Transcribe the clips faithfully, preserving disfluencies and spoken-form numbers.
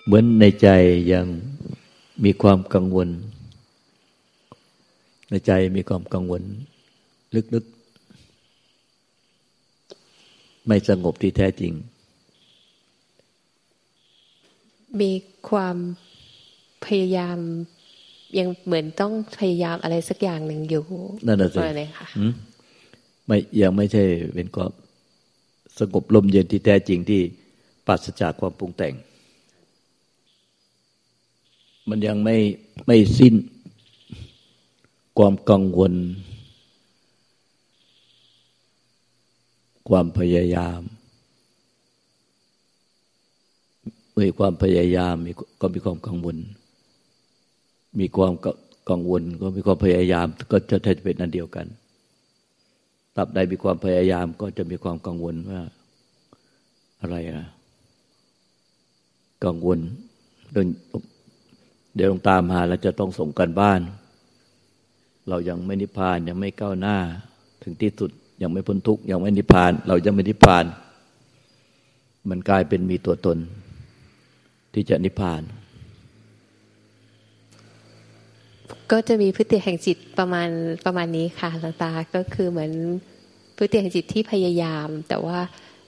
เหมือนในใจยังมีความกังวลในใจมีความกังวลลึกๆไม่สงบที่แท้จริงมีความพยายามยังเหมือนต้องพยายามอะไรสักอย่างหนึ่งอยู่นั่นน่ะสิไม่ยังไม่ใช่เป็นความสงบลมเย็นที่แท้จริงที่ปราศจากความปรุงแต่งมันยังไม่ไม่สิ้นความกังวลความพยายามมีความพยายามมีก็มีความกังวลมีความกังวลก็มีความพยายามก็จะจะเป็นอันเดียวกันตราบใดมีความพยายามก็จะมีความกังวลว่าอะไรนะกังวลเรื่องเดี๋ยวลงตามมาแล้วจะต้องส่งกันบ้านเรายังไม่นิพพานยังไม่ก้าวหน้าถึงที่สุดยังไม่พ้นทุกข์ยังไม่นิพพานเรายังไม่นิพพานมันกลายเป็นมีตัวตนที่จะนิพพานก็จะมีพฤติแห่งจิตประมาณประมาณนี้ค่ะหลวงตาก็คือเหมือนพฤติแห่งจิตที่พยายามแต่ว่า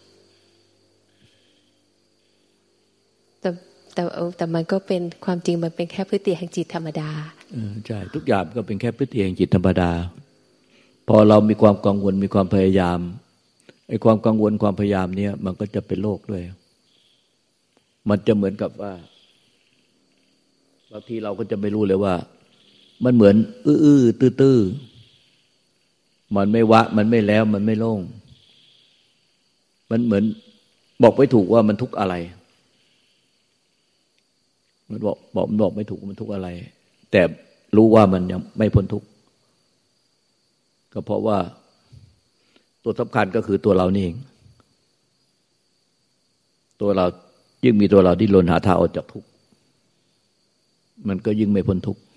แต่แต่แต่มันก็เป็นความจริงมันเป็นแค่พฤติแห่งจิตธรรมดาเออใช่ทุกอย่างก็เป็นแค่พฤติแห่งจิตธรรมดาพอเรามีความกังวลมีความพยายามไอ้ความกังวลความพยายามเนี่ยมันก็จะเป็นโรคด้วยมันจะเหมือนกับว่าบางทีเราก็จะไม่รู้เลยว่ามันเหมือนอื้อๆตื้อๆมันไม่วะมันไม่แล้วมันไม่โล่งมันเหมือนบอกไม่ถูกว่ามันทุกข์อะไรมันบอกบอกมันบอกไม่ถูกมันทุกข์อะไรแต่รู้ว่ามันยังไม่พ้นทุกข์ก็เพราะว่าตัวสำคัญก็คือตัวเรานี่เองตัวเรายิ่งมีตัวเราที่ดิ้นรนหาทางออกจากทุกข์มันก็ยิ่งไม่พ้นทุกข์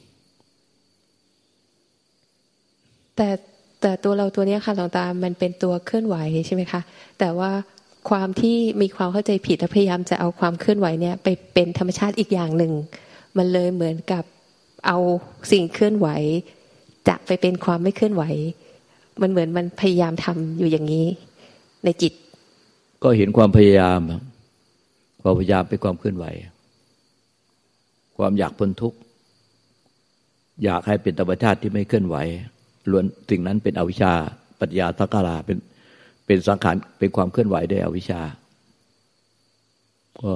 แต่แต่ตัวเราตัวนี้ค่ะหลวงตามันเป็นตัวเคลื่อนไหวใช่ไหมคะแต่ว่าความที่มีความเข้าใจผิดและพยายามจะเอาความเคลื่อนไหวเนี่ยไปเป็นธรรมชาติอีกอย่างหนึ่งมันเลยเหมือนกับเอาสิ่งเคลื่อนไหวจะไปเป็นความไม่เคลื่อนไหวมันเหมือนมันพยายามทำอยู่อย่างนี้ในจิตก็เห็นความพยายามความพยายามเป็นความเคลื่อนไหวความอยากพ้นทุกข์อยากให้เป็นธรรมชาติที่ไม่เคลื่อนไหวล้วนสิ่งนั้นเป็นอวิชชาปัญญาสังขาราเป็นเป็นสังขารเป็นความเคลื่อนไหวด้วยอวิชชาก็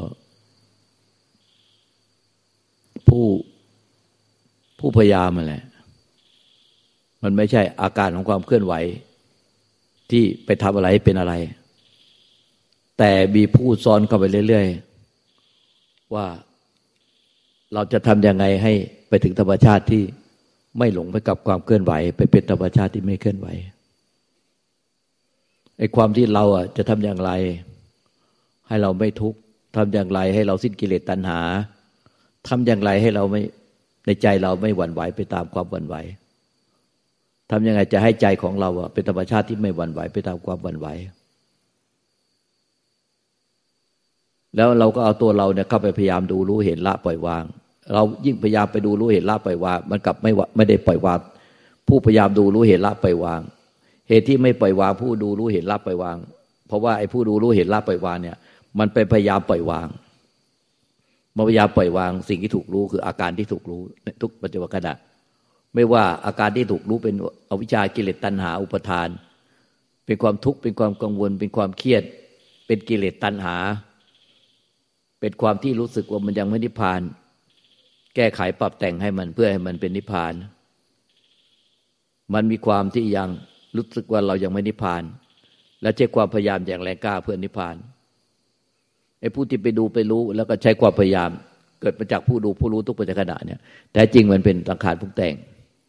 ผู้ผู้พยายามนั่นแหละมันไม่ใช่อาการของความเคลื่อนไหวที่ไปทำอะไรเป็นอะไรแต่มีผู้ซ้อนเข้าไปเรื่อยๆว่าเราจะทำยังไงให้ไปถึงธรรมชาติที่ไม่หลงไปกับความเคลื่อนไหวไปเป็นธรรมชาติที่ไม่เคลื่อนไหวไอ้ความที่เราอ่ะจะทำอย่างไรให้เราไม่ทุกข์ทำอย่างไรให้เราสิ้นกิเลสตัณหาทำอย่างไรให้เราไม่ในใจเราไม่หวั่นไหวไปตามความหวั่นไหวทำยังไงจะให้ใจของเราอ่ะเป็นธรรมชาติที่ไม่หวั่นไหวไปตามความหวั่นไหวแล้วเราก็เอาตัวเราเนี่ยเข้าไปพยายามดูรู้เห็นละปล่อยวางเรายิ่งพยายามไปดูรู้เห็นละปล่อยวางมันกลับไม่ไม่ได้ปล่อยวางผู้พยายามดูรู้เห็นละปล่อยวางเหตุที่ไม่ปล่อยวางผู้ดูรู้เห็นละปล่อยวางเพราะว่าไอ้ผู้ดูรู้เห็นละปล่อยวางเนี่ยมันไปพยายามปล่อยวางมันพยายามปล่อยวางสิ่งที่ถูกรู้คืออาการที่ถูกรู้ทุกปัจจุบันขณะไม่ว่าอาการที่ถูกรู้เป็นอวิชชากิเลสตัณหาอุปทานเป็นความทุกข์เป็นความกังวลเป็นความเครียดเป็นกิเลสตัณหาเป็นความที่รู้สึกว่ามันยังไม่นิพพานแก้ไขปรับแต่งให้มันเพื่อให้มันเป็นนิพพานมันมีความที่ยังรู้สึกว่าเรายังไม่นิพพานและใช้ความพยายามอย่างแรงกล้าเพื่อนิพพานไอ้ผู้ที่ไปดูไปรู้แล้วก็ใช้ความพยายามเกิดมาจากผู้ดูผู้รู้ทุกปัจจุบันเนี่ยแต่จริงมันเป็นสังขารปรุงแต่ง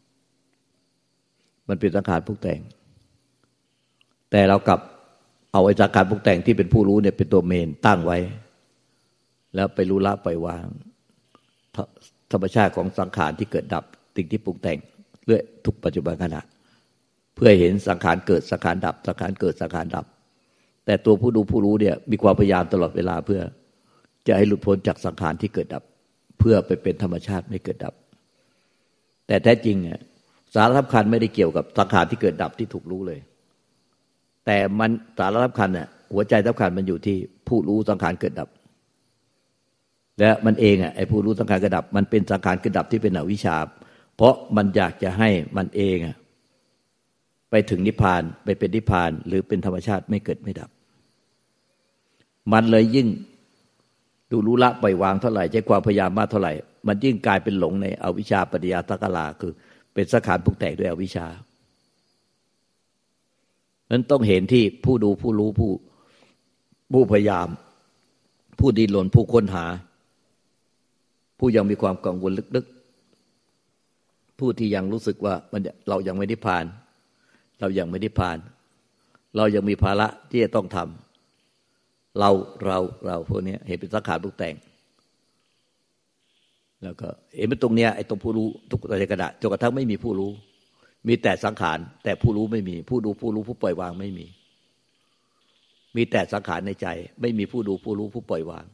มันเป็นสังขารปรุงแต่งแต่เรากลับเอาไอ้สังขารปรุงแต่งที่เป็นผู้รู้เนี่ยเป็นตัวเมนตั้งไว้แล้วไปรู้ละปล่อยวางธรรมชาติของสังขารที่เกิดดับสิ่งที่ปรุงแต่งเรื่อยทุกปัจจุบันขณะเพื่อเห็นสังขารเกิดสังขารดับสังขารเกิดสังขารดับแต่ตัวผู้ดูผู้รู้เนี่ยมีความพยายามตลอดเวลาเพื่อจะให้หลุดพ้นจากสังขารที่เกิดดับเพื่อไปเป็นธรรมชาติไม่เกิดดับแต่แท้จริงเนี่ยสาระสำคัญไม่ได้เกี่ยวกับสังขารที่เกิดดับที่ถูกรู้เลยแต่มันสาระสำคัญเนี่ยหัวใจสำคัญมันอยู่ที่ผู้รู้สังขารเกิดดับและมันเองอ่ะไอ้ผู้รู้สังขารเกิดดับมันเป็นสังขารเกิดดับที่เป็นอวิชชาเพราะมันอยากจะให้มันเองอ่ะไปถึงนิพพานไปเป็นนิพพานหรือเป็นธรรมชาติไม่เกิดไม่ดับมันเลยยิ่งดูรู้ละปล่อยวางเท่าไหร่ใช้ความพยายามมากเท่าไหร่มันยิ่งกลายเป็นหลงในอวิชชาปัจจยสังขาราคือเป็นสังขารปรุงแต่งด้วยอวิชชานั้นต้องเห็นที่ผู้ดูผู้รู้ผู้ผู้พยายามผู้ดิ้นรนผู้ค้นหาผู้ยังมีความกังวลลึกๆผู้ที่ยังรู้สึกว่ามันเรายังไม่ได้ผ่านเรายังไม่ได้ผ่านเรายังมีภาระที่จะต้องทำเราเราเราพวกนี้เห็นเป็นสังขารปรุงแต่งแล้วก็เห็นเป็นตรงเนี้ยไอ้ตรงผู้รู้ทุกในกระดาษจนกระทั่งไม่มีผู้รู้มีแต่สังขารแต่ผู้รู้ไม่มีผู้ดูผู้รู้ผู้ปล่อยวางไม่มีมีแต่สังขารในใจไม่มีผู้ดูผู้รู้ผู้ปล่อยวาง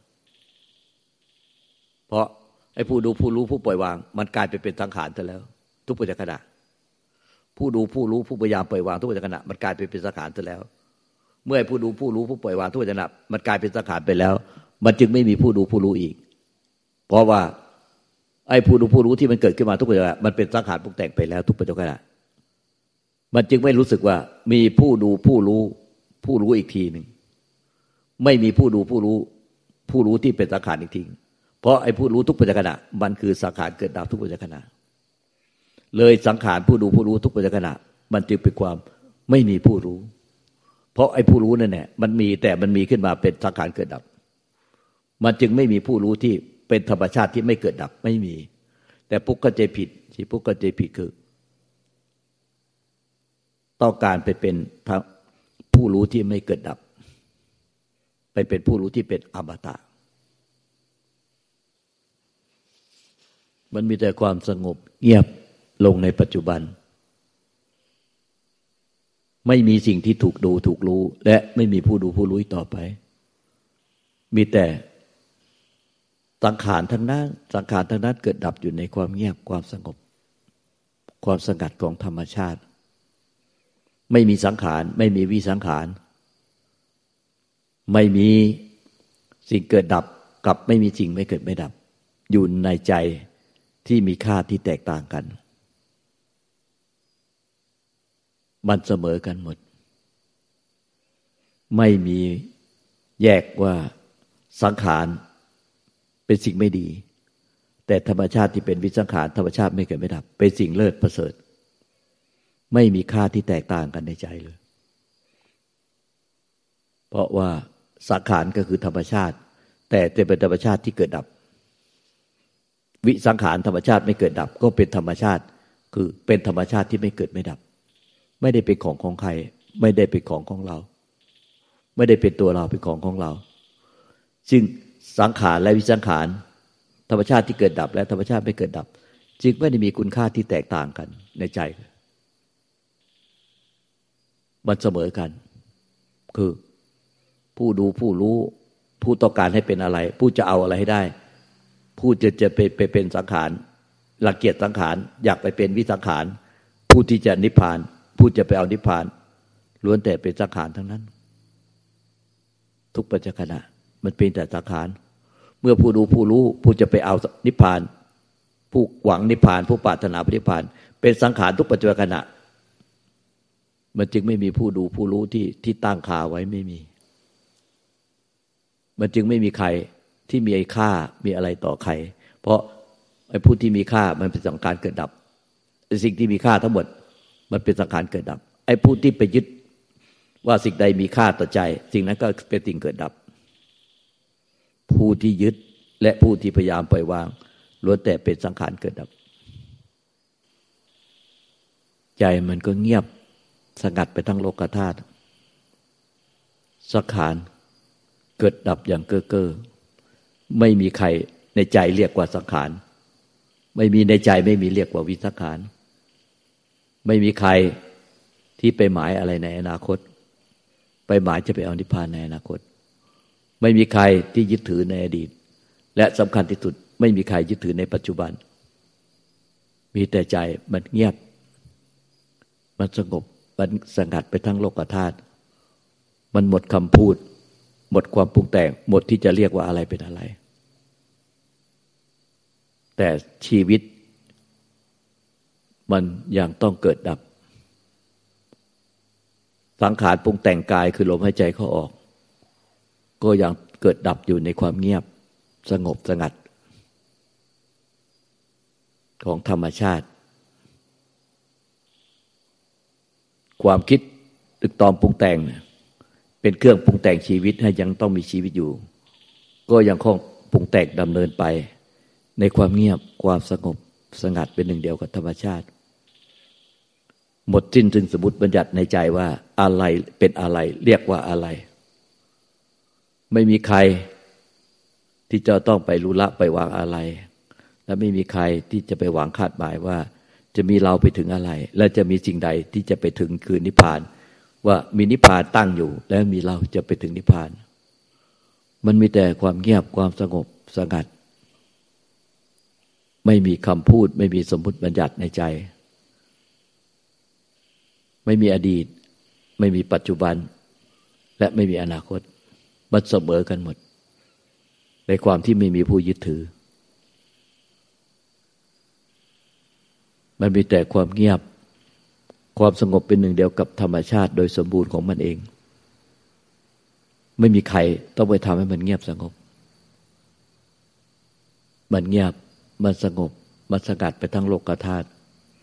เพราะไอ้ผู้ดูผู้รู้ผู้ปล่อยวางมันกลายไปเป็นสังขารซะแล้วทุกปัจจุบันผู้ดูผู้รู้ผู้พยายามปล่อยวางทุกปัจจุบันมันกลายไปเป็นสังขารซะแล้วเมื่อผู้ดูผู้รู้ผู้ปล่อยวางทุกปัจจุบันมันกลายเป็นสังขารไปแล้วมันจึงไม่มีผู้ดูผู้รู้อีกเพราะว่าไอ้ผู้ดูผู้รู้ที่มันเกิดขึ้นมาทุกปัจจุบันมันเป็นสังขารปรุงแต่งไปแล้วทุกปัจจุบันมันจึงไม่รู้สึกว่ามีผู้ดูผู้รู้ผู้รู้อีกทีหนึ่งไม่มีผู้ดูผู้รู้ผู้รู้ที่เป็นสังขารอีกทีเพราะไอ้ผู้รู้ทุกปัจจุบันมันคือสังขารเกิดดับทุกปัจจุบันเลยสังขารผู้ดูผู้รู้ทุกปัจจุบันมันจึงเป็นความไม่มีผู้รู้เพราะไอ้ผู้รู้นั่นแหละมันมีแต่มันมีขึ้นมาเป็นสังขารเกิดดับมันจึงไม่มีผู้รู้ที่เป็นธรรมชาติที่ไม่เกิดดับไม่มีแต่ปุ๊กก็ใจผิดที่ปุ๊กก็ใจผิดคือต้องการไปเป็นผู้รู้ที่ไม่เกิดดับไปเป็นผู้รู้ที่เป็นอมตะมันมีแต่ความสงบเงียบลงในปัจจุบันไม่มีสิ่งที่ถูกดูถูกรู้และไม่มีผู้ดูผู้รู้ต่อไปมีแต่สังขารทั้งนั้นสังขารทั้งนั้นเกิดดับอยู่ในความเงียบความสงบความสงัดของธรรมชาติไม่มีสังขารไม่มีวิสังขารไม่มีสิ่งเกิดดับกับไม่มีสิ่งไม่เกิดไม่ดับอยู่ในใจที่มีค่าที่แตกต่างกันมันเสมอกันหมดไม่มีแยกว่าสังขารเป็นสิ่งไม่ดีแต่ธรรมชาติที่เป็นวิสังขารธรรมชาติไม่เกิดไม่ดับเป็นสิ่งเลิศประเสริฐไม่มีค่าที่แตกต่างกันในใจเลยเพราะว่าสังขารก็คือธรรมชาติแต่เป็นธรรมชาติที่เกิดดับวิสังขารธรรมชาติไม่เกิดดับก็เป็นธรรมชาติคือเป็นธรรมชาติที่ไม่เกิดไม่ดับไม่ได้เป็นของของใครไม่ได้เป็นของของเราไม่ได้เป็นตัวเราเป็นของของเราซึ่งสังขารและวิสังขารธรรมชาติที่เกิดดับและธรรมชาติไม่เกิดดับจึงไม่ได้มีคุณค่าที่แตกต่างกันในใจมันเสมอกันคือผู้ดูผู้รู้ผู้ต้องการให้เป็นอะไรผู้จะเอาอะไรให้ได้ผู้จะจะไปไปเป็นสังขารรังเกียจสังขารอยากไปเป็นวิสังขารผู้ที่จะนิพพานผู้จะไปเอานิพพานล้วนแต่เป็นสังขารทั้งนั้นทุกปัจจุบันมันเป็นแต่สังขารเมื่อผู้ดูผู้รู้ผู้จะไปเอานิพพานผู้หวังนิพพานผู้ปรารถนานิพพานเป็นสังขารทุกปัจจุบันมันจึงไม่มีผู้ดูผู้รู้ที่ที่ตั้งค่าไว้ไม่มีมันจึงไม่มีใครที่มีไอ้ค่ามีอะไรต่อใครเพราะไอ้ผู้ที่มีค่ามันเป็นสังขารเกิดดับสิ่งที่มีค่าทั้งหมดมันเป็นสังขารเกิดดับไอ้ผู้ที่ไปยึดว่าสิ่งใดมีค่าต่อใจสิ่งนั้นก็เป็นสิ่งเกิดดับผู้ที่ยึดและผู้ที่พยายามปล่อยวางล้วนแต่เป็นสังขารเกิดดับใจมันก็เงียบสงัดไปทั้งโลกธาตุสังขารเกิดดับอย่างเก้อเก้อไม่มีใครในใจเรียกว่าสังขารไม่มีในใจไม่มีเรียกว่าวิสังขารไม่มีใครที่ไปหมายอะไรในอนาคตไปหมายจะไปเอานิพพานในอนาคตไม่มีใครที่ยึดถือในอดีตและสำคัญที่สุดไม่มีใครยึดถือในปัจจุบันมีแต่ใจมันเงียบมันสงบมันสงัดไปทั้งโลกธาตุมันหมดคำพูดหมดความปรุงแต่งหมดที่จะเรียกว่าอะไรเป็นอะไรแต่ชีวิตมันยังต้องเกิดดับสังขารปรุงแต่งกายคือลมหายใจเข้าออกก็ยังเกิดดับอยู่ในความเงียบสงบสงัดของธรรมชาติความคิดตึกตอมปรุงแต่งเป็นเครื่องปรุงแต่งชีวิตให้ยังต้องมีชีวิตอยู่ก็ยังคงปรุงแต่งดำเนินไปในความเงียบความสงบสงัดเป็นหนึ่งเดียวกับธรรมชาติหมดสิ้นถึงสมมุติบัญญัติในใจว่าอะไรเป็นอะไรเรียกว่าอะไรไม่มีใครที่จะต้องไปรู้ละไปวางอะไรและไม่มีใครที่จะไปหวังคาดหมายว่าจะมีเราไปถึงอะไรและจะมีสิ่งใดที่จะไปถึงคือนิพพานว่ามีนิพพานตั้งอยู่แล้วมีเราจะไปถึงนิพพานมันมีแต่ความเงียบความสงบสงัดไม่มีคำพูดไม่มีสมมุติบัญญัติในใจไม่มีอดีตไม่มีปัจจุบันและไม่มีอนาคตมันเสมอกันหมดในความที่ไม่มีผู้ยึดถือมันมีแต่ความเงียบความสงบเป็นหนึ่งเดียวกับธรรมชาติโดยสมบูรณ์ของมันเองไม่มีใครต้องไปทำให้มันเงียบสงบมันเงียบมันสงบมันสงัดไปทั้งโลกธาตุ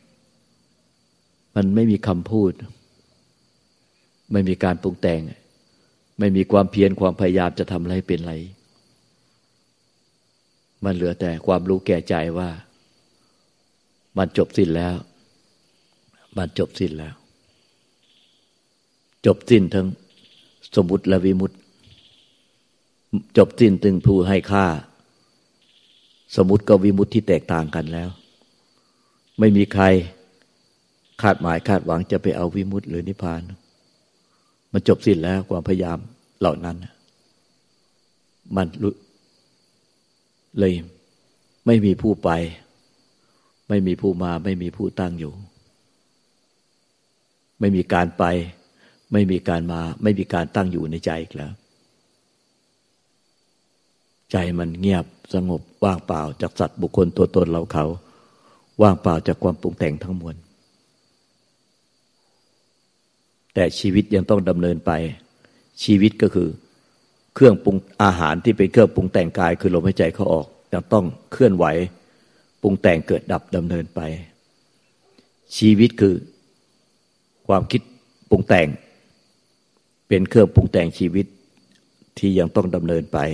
มันไม่มีคำพูดไม่มีการปรุงแต่งไม่มีความเพียรความพยายามจะทำอะไรเป็นไรมันเหลือแต่ความรู้แก่ใจว่ามันจบสิ้นแล้วมันจบสิ้นแล้วจบสิ้นทั้งสมมุติและวิมุตติจบสิ้นถึงผู้ให้ค่าสมมุติกับวิมุตติที่แตกต่างกันแล้วไม่มีใครคาดหมายคาดหวังจะไปเอาวิมุตติหรือนิพพานมันจบสิ้นแล้วความพยายามเหล่านั้นมันเลยไม่มีผู้ไปไม่มีผู้มาไม่มีผู้ตั้งอยู่ไม่มีการไปไม่มีการมาไม่มีการตั้งอยู่ในใจอีกแล้วใจมันเงียบสงบว่างเปล่าจากสัตว์บุคคลตัวตนเราเขาว่างเปล่าจากความปรุงแต่งทั้งมวลแต่ชีวิตยังต้องดำเนินไปชีวิตก็คือเครื่องปรุงอาหารที่เป็นเครื่องปรุงแต่งกายคือลมหายใจเข้าออกยังต้องเคลื่อนไหวปรุงแต่งเกิดดับดำเนินไปชีวิตคือความคิดปรุงแต่งเป็นเครื่องปรุงแต่งชีวิตที่ยังต้องดำเนินไป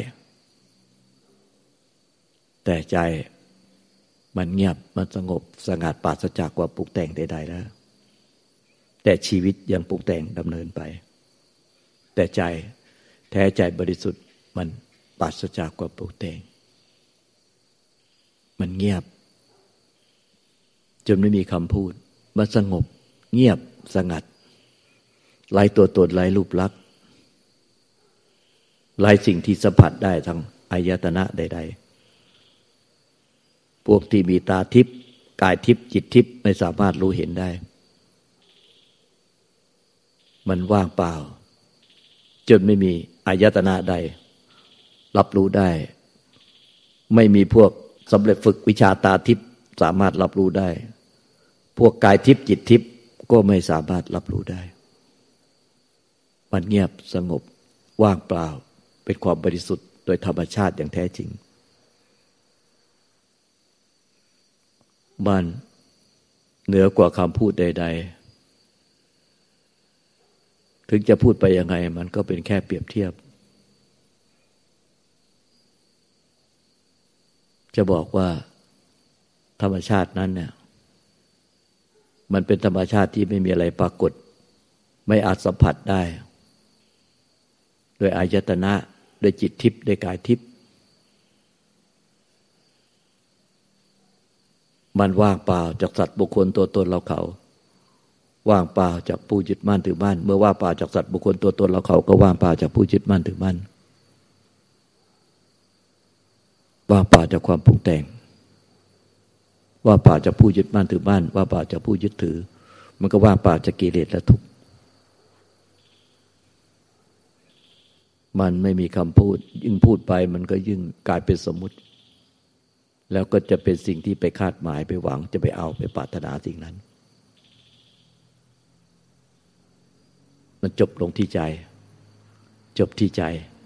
แต่ใจมันเงียบมันสงบสงัดปราศจากความปรุงแต่งใดๆแล้วแต่ชีวิตยังปรุงแต่งดำเนินไปแต่ใจแท้ใจบริสุทธิ์มันปราศจากความปรุงแต่งมันเงียบจนไม่มีคำพูดมันสงบเงียบสงัดไร้ตัวตนไร้รูปลักษณ์ไร้สิ่งที่สัมผัสได้ทางอายตนะใดๆพวกที่มีตาทิพย์กายทิพย์จิตทิพย์ไม่สามารถรู้เห็นได้มันว่างเปล่าจนไม่มีอายตนะใดรับรู้ได้ไม่มีพวกสำเร็จฝึกวิชาตาทิพย์สามารถรับรู้ได้พวกกายทิพย์จิตทิพย์ก็ไม่สามารถรับรู้ได้มันเงียบสงบว่างเปล่าเป็นความบริสุทธิ์โดยธรรมชาติอย่างแท้จริงมันเหนือกว่าคำพูดใดๆถึงจะพูดไปยังไงมันก็เป็นแค่เปรียบเทียบจะบอกว่าธรรมชาตินั้นเนี่ยมันเป็นธรรมชาติที่ไม่มีอะไรปรากฏไม่อาจสัมผัสได้โดยอายตนะโดยจิตทิพย์โดยกายทิพย์มันว่างเปล่าจากสัตว์บุคคลตัวตนเราเขาว่างเปล่าจากผู้ยึดมั่นถือมั่นเมื่อว่างเปล่าจากสัตว์บุคคลตัวตนเราเขาก็ว่างเปล่าจากผู้ยึดมั่นถือมั่นว่างเปล่าจากความปรุงแต่งว่างเปล่าจากผู้ยึดมั่นถือมั่นว่างเปล่าจากผู้ยึดถือมันก็ว่างเปล่าจากกิเลสและทุกข์มันไม่มีคำพูดยิ่งพูดไปมันก็ยิ่งกลายเป็นสมมุติแล้วก็จะเป็นสิ่งที่ไปคาดหมายไปหวังจะไปเอาไปปรารถนาสิ่งนั้นมันจบลงที่ใจจบที่ใจ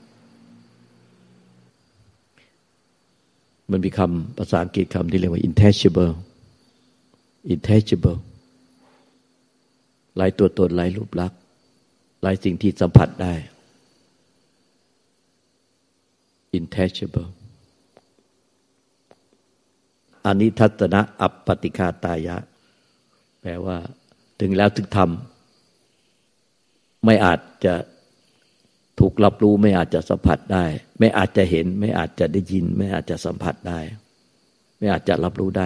มันมีคำภาษาอังกฤษคำที่เรียกว่า intangible intangible หลายตัวตนหลายรูปลักษณ์หลายสิ่งที่สัมผัสได้ intangible อานิทัศนะอัปปติฆาตายะแปลว่าถึงแล้วถึงทำไม่อาจจะถูกรับรู้ไม่อาจจะสัมผัสได้ไม่อาจจะเห็นไม่อาจจะได้ยินไม่อาจจะสัมผัสได้ไม่อาจจะรับรู้ได้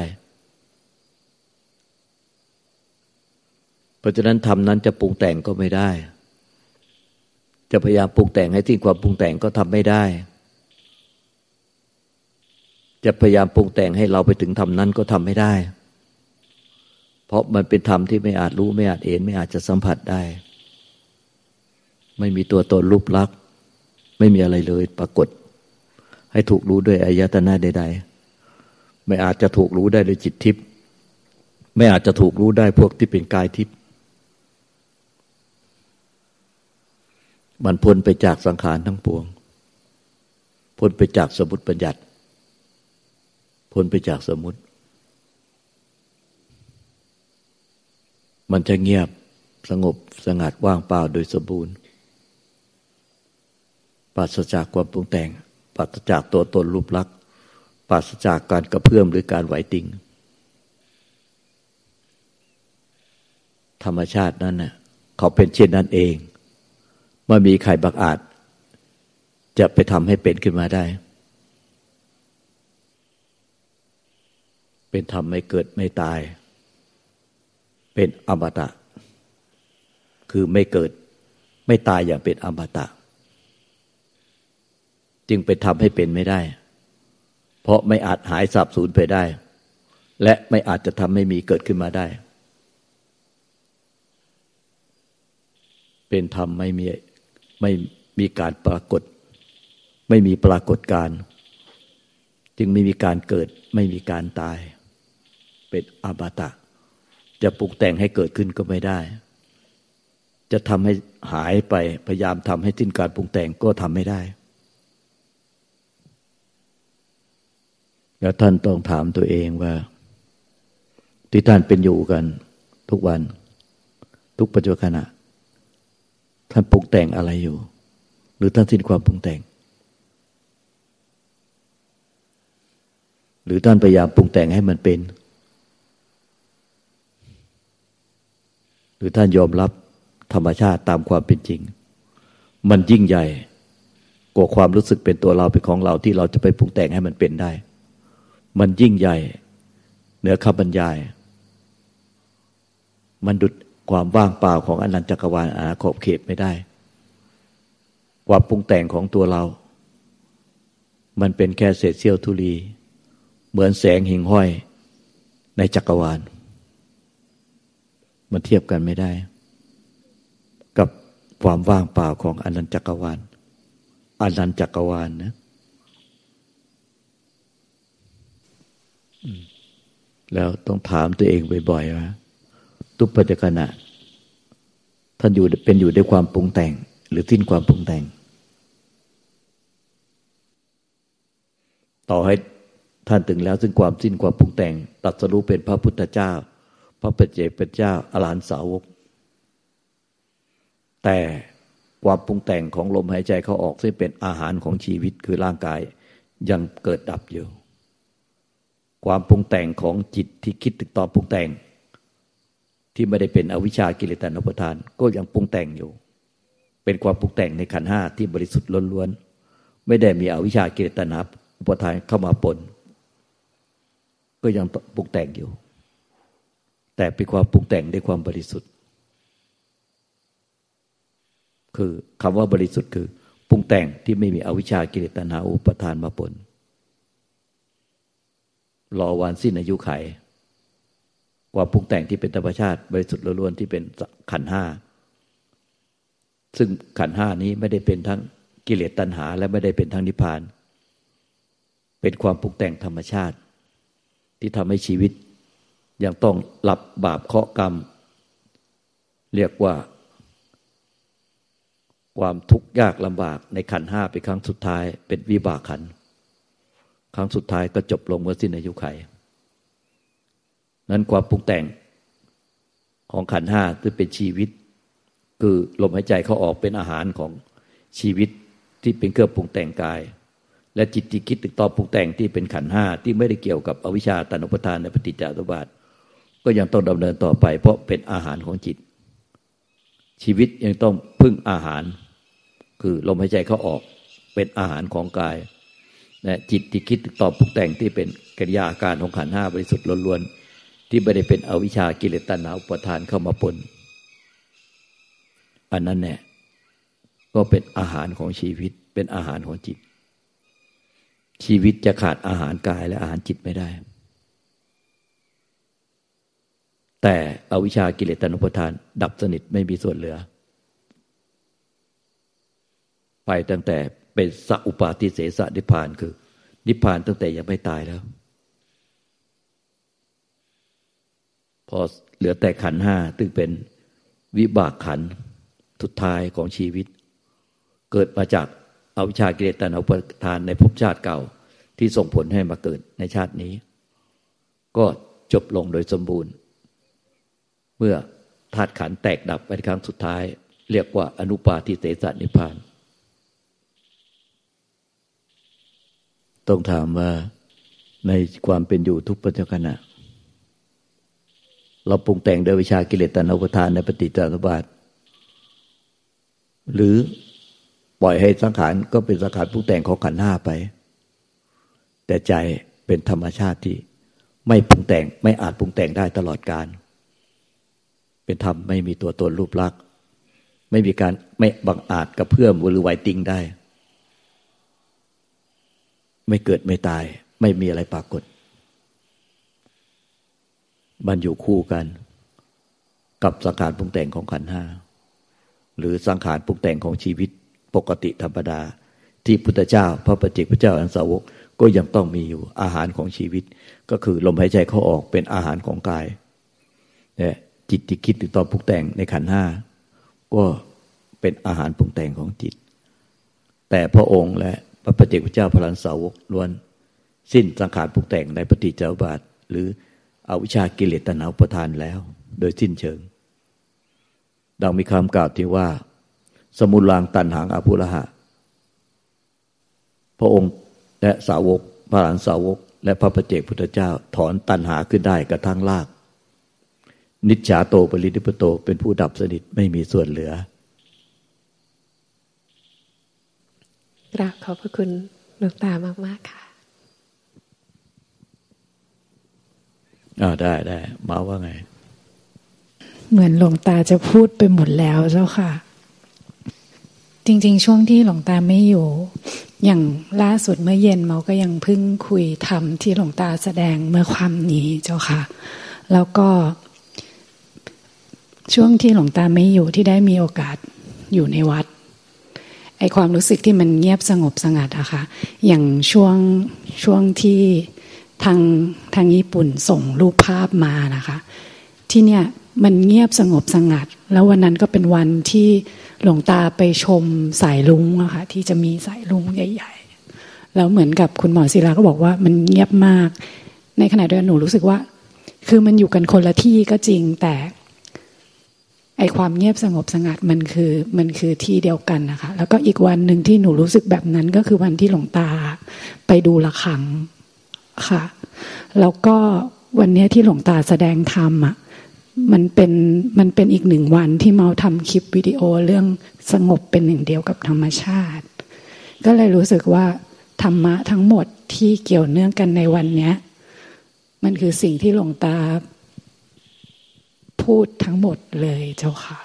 เพราะฉะนั้นธรรมนั้นจะปรุงแต่งก็ไม่ได้จะพยายามปรุงแต่งให้สิ้นความปรุงแต่งก็ทำไม่ได้จะพยายามปรุงแต่งให้เราไปถึงธรรมนั้นก็ทำไม่ได้เพราะมันเป็นธรรมที่ไม่อาจรู้ไม่อาจเห็นไม่อาจจะสัมผัสได้ไม่มีตัวตนรูปลักษณ์ไม่มีอะไรเลยปรากฏให้ถูกรู้ด้วยอายตนะใดๆไม่อาจจะถูกรู้ได้ด้วยจิตทิพย์ไม่อาจจะถูกรู้ได้พวกที่เป็นกายทิพย์มันพ้นไปจากสังขารทั้งปวงพ้นไปจากสมมุติบัญญัติพ้นไปจากสมมุติมันจะเงียบสงบสงัดว่างเปล่าโดยสมบูรณ์ปราศจากความปรุงแต่งปราศจากตัวตนรูปลักษณ์ปราศจากการกระเพื่อมหรือการไหวติงธรรมชาตินั้นน่ะเขาเป็นเช่นนั้นเองเมื่อมีใครบังอาจจะไปทำให้เป็นขึ้นมาได้เป็นธรรมไม่เกิดไม่ตายเป็นอมตะคือไม่เกิดไม่ตายอย่างเป็นอมตะจึงไปทำให้เป็นไม่ได้เพราะไม่อาจหายสาบสูญไปได้และไม่อาจจะทำให้มีเกิดขึ้นมาได้เป็นธรรมไม่มีไม่มีการปรากฏไม่มีปรากฏการณ์จึงไม่มีการเกิดไม่มีการตายเป็นอมตะจะปรุงแต่งให้เกิดขึ้นก็ไม่ได้จะทำให้หายไปพยายามทำให้สิ้นการปรุงแต่งก็ทำไม่ได้แล้วท่านต้องถามตัวเองว่าที่ท่านเป็นอยู่กันทุกวันทุกปัจจุบันขณะท่านปรุงแต่งอะไรอยู่หรือท่านสิ้นความปรุงแต่งหรือท่านพยายามปรุงแต่งให้มันเป็นหรือท่านยอมรับธรรมชาติตามความเป็นจริงมันยิ่งใหญ่กว่าความรู้สึกเป็นตัวเราเป็นของเราที่เราจะไปปรุงแต่งให้มันเป็นได้มันยิ่งใหญ่เหนือคำบรรยายมันดุจความว่างเปล่าของอนันตจักรวาลอาขอบเขตไม่ได้ความปรุงแต่งของตัวเรามันเป็นแค่เศษเสี้ยวธุลีเหมือนแสงหิ่งห้อยในจักรวาลมันเทียบกันไม่ได้กับความว่างเปล่าของอนันตจักรวาลอนันตจักรวาลนะแล้วต้องถามตัวเองบ่อยๆว่าทุกปัจจุบันท่านอยู่เป็นอยู่ด้วยความปรุงแต่งหรือสิ้นความปรุงแต่งต่อให้ท่านถึงแล้วซึ่งความสิ้นความปรุงแต่งตรัสรู้เป็นพระพุทธเจ้าพระปัจเจกพุทธเจ้าอรหันตสาวกแต่ความปรุงแต่งของลมหายใจเข้าออกซึ่งเป็นอาหารของชีวิตคือร่างกายยังเกิดดับอยู่ความปรุงแต่งของจิตที่คิดถึงตอนปรุงแต่งที่ไม่ได้เป็นอวิชชากิเลสตัณหาอุปาทานก็ยังปรุงแต่งอยู่เป็นความปรุงแต่งในขันธ์ห้าที่บริสุทธิ์ล้วนๆไม่ได้มีอวิชชากิเลสตัณหาอุปาทานเข้ามาปนก็ยังปรุงแต่งอยู่แต่เป็นความปรุงแต่งด้วยความบริสุทธิ์คือคำว่าบริสุทธิ์คือปรุงแต่งที่ไม่มีอวิชชากิเลสตัณหาอุปาทานมาปนรอวันสิ้นอายุไขความปรุงแต่งที่เป็นธรรมชาติบริสุทธิ์ล้วนๆที่เป็นขันธ์ห้าซึ่งขันธ์ห้านี้ไม่ได้เป็นทั้งกิเลสตัณหาและไม่ได้เป็นทั้งนิพพานเป็นความปรุงแต่งธรรมชาติที่ทำให้ชีวิตยังต้องรับบาปเคราะห์กรรมเรียกว่าความทุกข์ยากลำบากในขันธ์ห้าเป็นครั้งสุดท้ายเป็นวิบากขันธ์ครั้งสุดท้ายก็จบลงเมื่อสิ้นอายุไขนั้นความปรุงแต่งของขันธ์ห้าที่เป็นชีวิตคือลมหายใจเข้าออกเป็นอาหารของชีวิตที่เป็นเครื่องปรุงแต่งกายและจิตที่คิดตึกตอบปรุงแต่งที่เป็นขันธ์ห้าที่ไม่ได้เกี่ยวกับอวิชชาตัณหาอุปาทานในปฏิจจสมุปบาทก็ยังต้องดำเนินต่อไปเพราะเป็นอาหารของจิตชีวิตยังต้องพึ่งอาหารคือลมหายใจเข้าออกเป็นอาหารของกายและจิตที่คิดตึกตอบปรุงแต่งที่เป็นกิริยาอาการของขันธ์ห้าบริสุทธิ์ล้วนๆที่ไม่ได้เป็นอวิชชากิเลสตัณหาอุปาทานเข้ามาปนอันนั้นแหละก็เป็นอาหารของชีวิตเป็นอาหารของจิตชีวิตจะขาดอาหารกายและอาหารจิตไม่ได้แต่อวิชชากิเลสตัณหาอุปาทานดับสนิทไม่มีส่วนเหลือไปตั้งแต่เป็นสัพอุปาทิเสสนิพพานคือนิพพานตั้งแต่ยังไม่ตายแล้วพอเหลือแต่ขันธ์ห้าซึ่งเป็นวิบากขันธ์สุดท้ายของชีวิตเกิดมาจากอวิชชากิเลสตัณหาอุปาทานในภพชาติเก่าที่ส่งผลให้มาเกิดในชาตินี้ก็จบลงโดยสมบูรณ์เมื่อธาตุขันธ์แตกดับไปครั้งสุดท้ายเรียกว่าอนุปาทิเสสนิพพานต้องถามว่าในความเป็นอยู่ทุกปัจจุบันขณะเราปรุงแต่งโดยวิชากิเลสตัณหาอุปาทานในปฏิจจสมุปบาทหรือปล่อยให้สังขารก็เป็นสังขารปรุงแต่งของขันธ์ห้าไปแต่ใจเป็นธรรมชาติที่ไม่ปรุงแต่งไม่อาจปรุงแต่งได้ตลอดกาลเป็นธรรมไม่มีตัวตนรูปลักษณ์ไม่มีการไม่บังอาจกระเพื่อมหรือไหวติงได้ไม่เกิดไม่ตายไม่มีอะไรปรากฏมันอยู่คู่กันกับสังขารปรุงแต่งของขันธ์ห้าหรือสังขารปรุงแต่งของชีวิตปกติธรรมดาที่พุทธเจ้าพระปัจเจกพุทธเจ้าอรหันตสาวกก็ยังต้องมีอยู่อาหารของชีวิตก็คือลมหายใจเข้าออกเป็นอาหารของกายเนี่ยจิตที่คิดถึงตอนปรุงแต่งในขันธ์ห้าก็เป็นอาหารปรุงแต่งของจิตแต่พระองค์และพระปัจเจกพุทธเจ้าพระอรหันตสาวกล้วนสิ้นสังขารปรุงแต่งในปฏิจจสมุปบาทหรืออวิชชากิเลสตัณหาอุปาทานแล้วโดยสิ้นเชิงดังมีคำกล่าวที่ว่าสมุลังตัณหังอภุระหะพระองค์และสาวกพระอรหันตสาวกและพระปัจเจกพุทธเจ้าถอนตัณหาขึ้นได้กระทั่งรากนิจจาโตปรินิพพโตเป็นผู้ดับสนิทไม่มีส่วนเหลือกราบขอบพระคุณหลวงตามากๆค่ะอ่าได้ได้มาว่าไงเหมือนหลวงตาจะพูดไปหมดแล้วเจ้าค่ะจริงๆช่วงที่หลวงตาไม่อยู่อย่างล่าสุดเมื่อเย็นเมาก็ยังเพิ่งคุยธรรมที่หลวงตาแสดงเมื่อความนี้เจ้าค่ะแล้วก็ช่วงที่หลวงตาไม่อยู่ที่ได้มีโอกาสอยู่ในวัดไอความรู้สึกที่มันเงียบสงบสงัดอะค่ะอย่างช่วงช่วงที่ทางทางญี่ปุ่นส่งรูปภาพมานะคะที่เนี่ยมันเงียบสงบสงัดแล้ววันนั้นก็เป็นวันที่หลวงตาไปชมสายรุ้งอะค่ะที่จะมีสายรุ้งใหญ่ๆแล้วเหมือนกับคุณหมอศิลาก็บอกว่ามันเงียบมากในขณะเดียวกันหนูรู้สึกว่าคือมันอยู่กันคนละที่ก็จริงแต่ไอความเงียบสงบสงัดมันคือมันคือที่เดียวกันนะคะแล้วก็อีกวันหนึ่งที่หนูรู้สึกแบบนั้นก็คือวันที่หลวงตาไปดูระฆังค่ะแล้วก็วันนี้ที่หลวงตาแสดงธรรมอ่ะมันเป็นมันเป็นอีกหนึ่งวันที่เมาทำคลิปวิดีโอเรื่องสงบเป็นหนึ่งเดียวกับธรรมชาติก็เลยรู้สึกว่าธรรมะทั้งหมดที่เกี่ยวเนื่องกันในวันนี้มันคือสิ่งที่หลวงตาพูดทั้งหมดเลยเจ้าค่ะ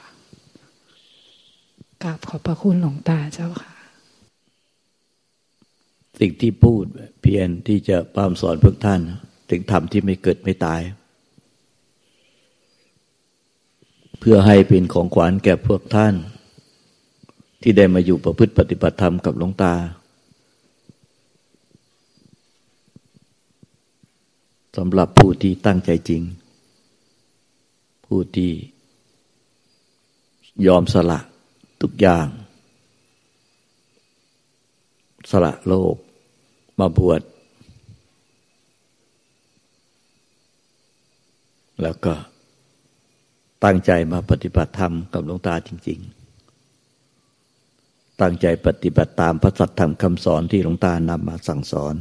กราบขอบพระคุณหลวงตาเจ้าค่ะสิ่งที่พูดเพียรที่จะปรามสอนพวกท่านถึงธรรมที่ไม่เกิดไม่ตายเพื่อให้เป็นของขวัญแก่พวกท่านที่ได้มาอยู่ประพฤติปฏิบัติธรรมกับหลวงตาสำหรับผู้ที่ตั้งใจจริงผู้ที่ยอมสละทุกอย่างสละโลกมาบวชแล้วก็ตั้งใจมาปฏิบัติธรรมกับหลวงตาจริงๆตั้งใจปฏิบัติตามพระสัทธรรมคำสอนที่หลวงตานำมาสั่งสอน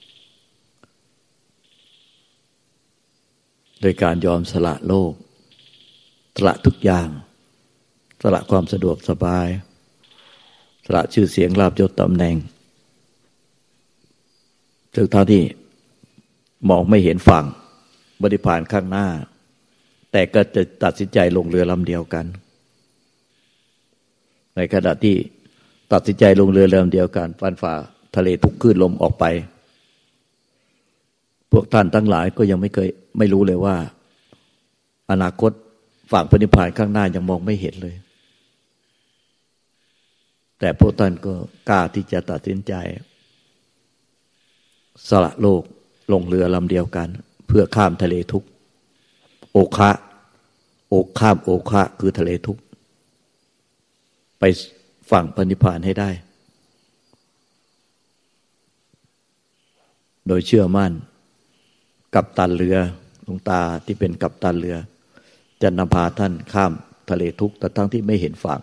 โดยการยอมสละโลกสละทุกอย่างสละความสะดวกสบายสละชื่อเสียงลาภยศตำแหน่งถึงเท่าที่มองไม่เห็นฝั่งบริพารข้างหน้าแต่ก็จะตัดสินใจลงเรือลำเดียวกันในขณะที่ตัดสินใจลงเรือลำเดียวกันฟันฝ่าทะเลทุกคลื่นลมออกไปพวกท่านทั้งหลายก็ยังไม่เคยไม่รู้เลยว่าอนาคตฝั่งพระนิพพานข้างหน้ายังมองไม่เห็นเลยแต่พวกท่านก็กล้าที่จะตัดสินใจสละโลกลงเรือลำเดียวกันเพื่อข้ามทะเลทุกข์โอคะโอข้ามโอคะคือทะเลทุกข์ไปฝั่งพระนิพพานให้ได้โดยเชื่อมั่นกัปตันเรือหลวงตาที่เป็นกัปตันเรือจะนำพาท่านข้ามทะเลทุกข์แต่ทั้งที่ไม่เห็นฝั่ง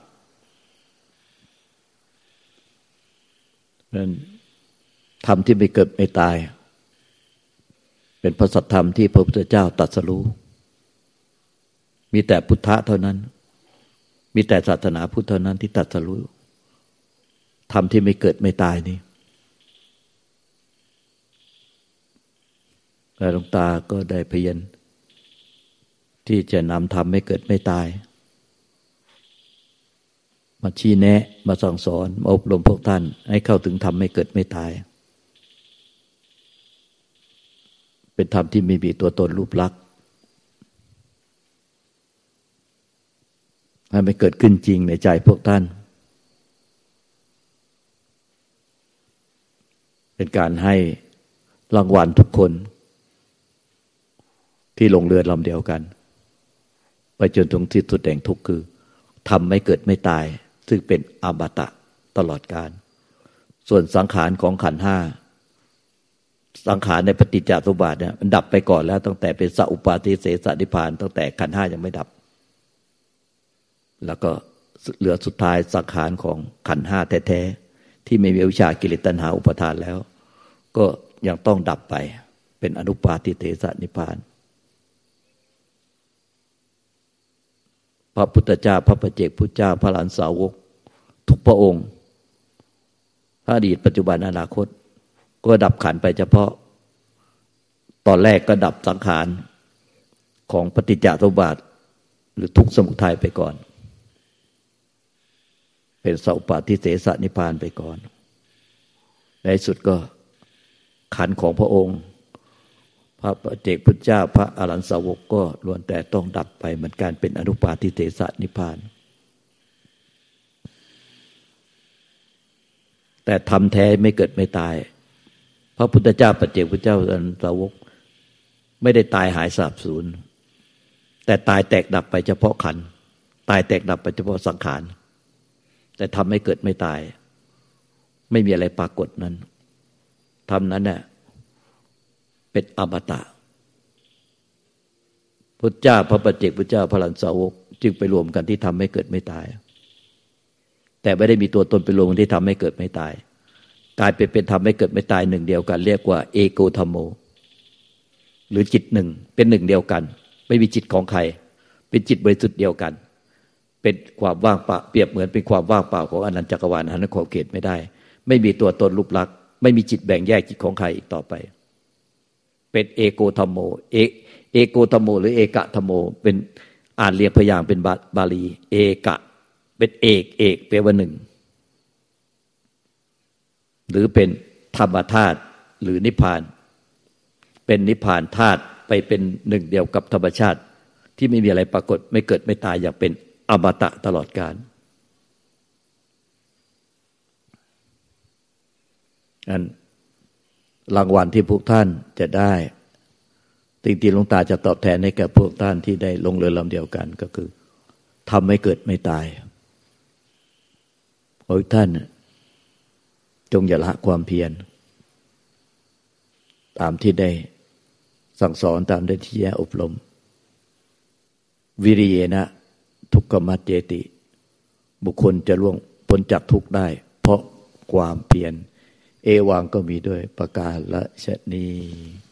นั้นธรรมที่ไม่เกิดไม่ตายเป็นพระสัทธรรมที่พระพุทธเจ้าตรัสรู้มีแต่พุทธะเท่านั้นมีแต่ศาสนาพุทธเท่านั้นที่ตรัสรู้ธรรมที่ไม่เกิดไม่ตายนี้แต่หลวงตาก็ได้พยายามที่จะนำธรรมไม่เกิดไม่ตายมาชี้แนะมาสั่งสอนมาอบรมพวกท่านให้เข้าถึงธรรมไม่เกิดไม่ตายเป็นธรรมที่ไม่มีตัวตนรูปลักษณ์ให้มันเกิดขึ้นจริงในใจพวกท่านเป็นการให้รางวัลทุกคนที่ลงเรือลำเดียวกันไปจนถึงที่สุดแห่งทุกข์คือทำไม่เกิดไม่ตายซึ่งเป็นอมตะตลอดกาลส่วนสังขารของขันธ์ห้าสังขารในปฏิจจสมุปบาทเนี่ยมันดับไปก่อนแล้วตั้งแต่เป็นสัพปาทิเสสนิพพานตั้งแต่ขันธ์ห้ายังไม่ดับแล้วก็เหลือสุดท้ายสังขารของขันธ์ห้าแท้ๆที่ไม่มีวิชากิเลสตัณหาอุปาทานแล้วก็ยังต้องดับไปเป็นอนุปาทิเสสนิพพานพระพุทธเจ้าพระปัจเจกพุทธเจ้าพระอรหันตสาวกทุกพระองค์พระอดีตปัจจุบันอนาคตก็ดับขันธ์ไปเฉพาะตอนแรกก็ดับสังขารของปฏิจจสมุปบาทหรือทุกข์สมุทัยไปก่อนเป็นสัพปาทิเสสนิพพานไปก่อนในสุดก็ขันธ์ของพระองค์พระปัจเจกพุทธเจ้าพระอรหันตสาวกก็ล้วนแต่ต้องดับไปเหมือนกันเป็นอนุปาทิเสสนิพพานแต่ธรรมแท้ไม่เกิดไม่ตายพระพุทธเจ้าปัจเจกพุทธเจ้าอรหันตสาวกไม่ได้ตายหายสาบสูญแต่ตายแตกดับไปเฉพาะขันธ์ตายแตกดับไปเฉพาะสังขารแต่ธรรมไม่เกิดไม่ตายไม่มีอะไรปรากฏนั้นธรรมนั้นน่ะเป็นอมตะพุทธเจ้าพระปัจเจกพุทธเจ้าพระอรหันตสาวกจึงไปรวมกันที่ทำให้เกิดไม่ตายแต่ไม่ได้มีตัวตนไปรวมที่ทำให้เกิดไม่ตายกลายเป็นเป็นธรรมให้เกิดไม่ตายหนึ่งเดียวกันเรียกว่าเอโกธัมโมหรือจิตหนึ่งเป็นหนึ่งเดียวกันไม่มีจิตของใครเป็นจิตบริสุทธิ์เดียวกันเป็นความว่างเปล่าเปรียบเหมือนเป็นความว่างเปล่าของอนันตจักรวาลหาขอบเขตไม่ได้ไม่มีตัวตนรูปลักษณ์ไม่มีจิตแบ่งแยกจิตของใครอีกต่อไปเป็นเอโกธัมโมเอเอโกธัมโมหรือเอกะธัมโมเป็นอ่านเรียงพยางค์เป็นบาลีเอกะเป็นเอกเอกแปลว่าหนึ่งหรือเป็นธรรมธาตุหรือนิพพานเป็นนิพพานธาตุไปเป็นหนึ่งเดียวกับธรรมชาติที่ไม่มีอะไรปรากฏไม่เกิดไม่ตายอย่างเป็นอมตะตลอดกาลอันรางวัลที่พวกท่านจะได้จริงๆหลวงตาจะตอบแทนให้แก่พวกท่านที่ได้ลงเรือลำเดียวกันก็คือทำให้เกิดไม่ตายขอให้ท่านจงอย่าละความเพียรตามที่ได้สั่งสอนตามได้ที่แยอบรมวิริเยนะทุกขมัจเจติบุคคลจะล่วงพ้นจากทุกข์ได้เพราะความเพียรเอวังก็มีด้วยประการละชนี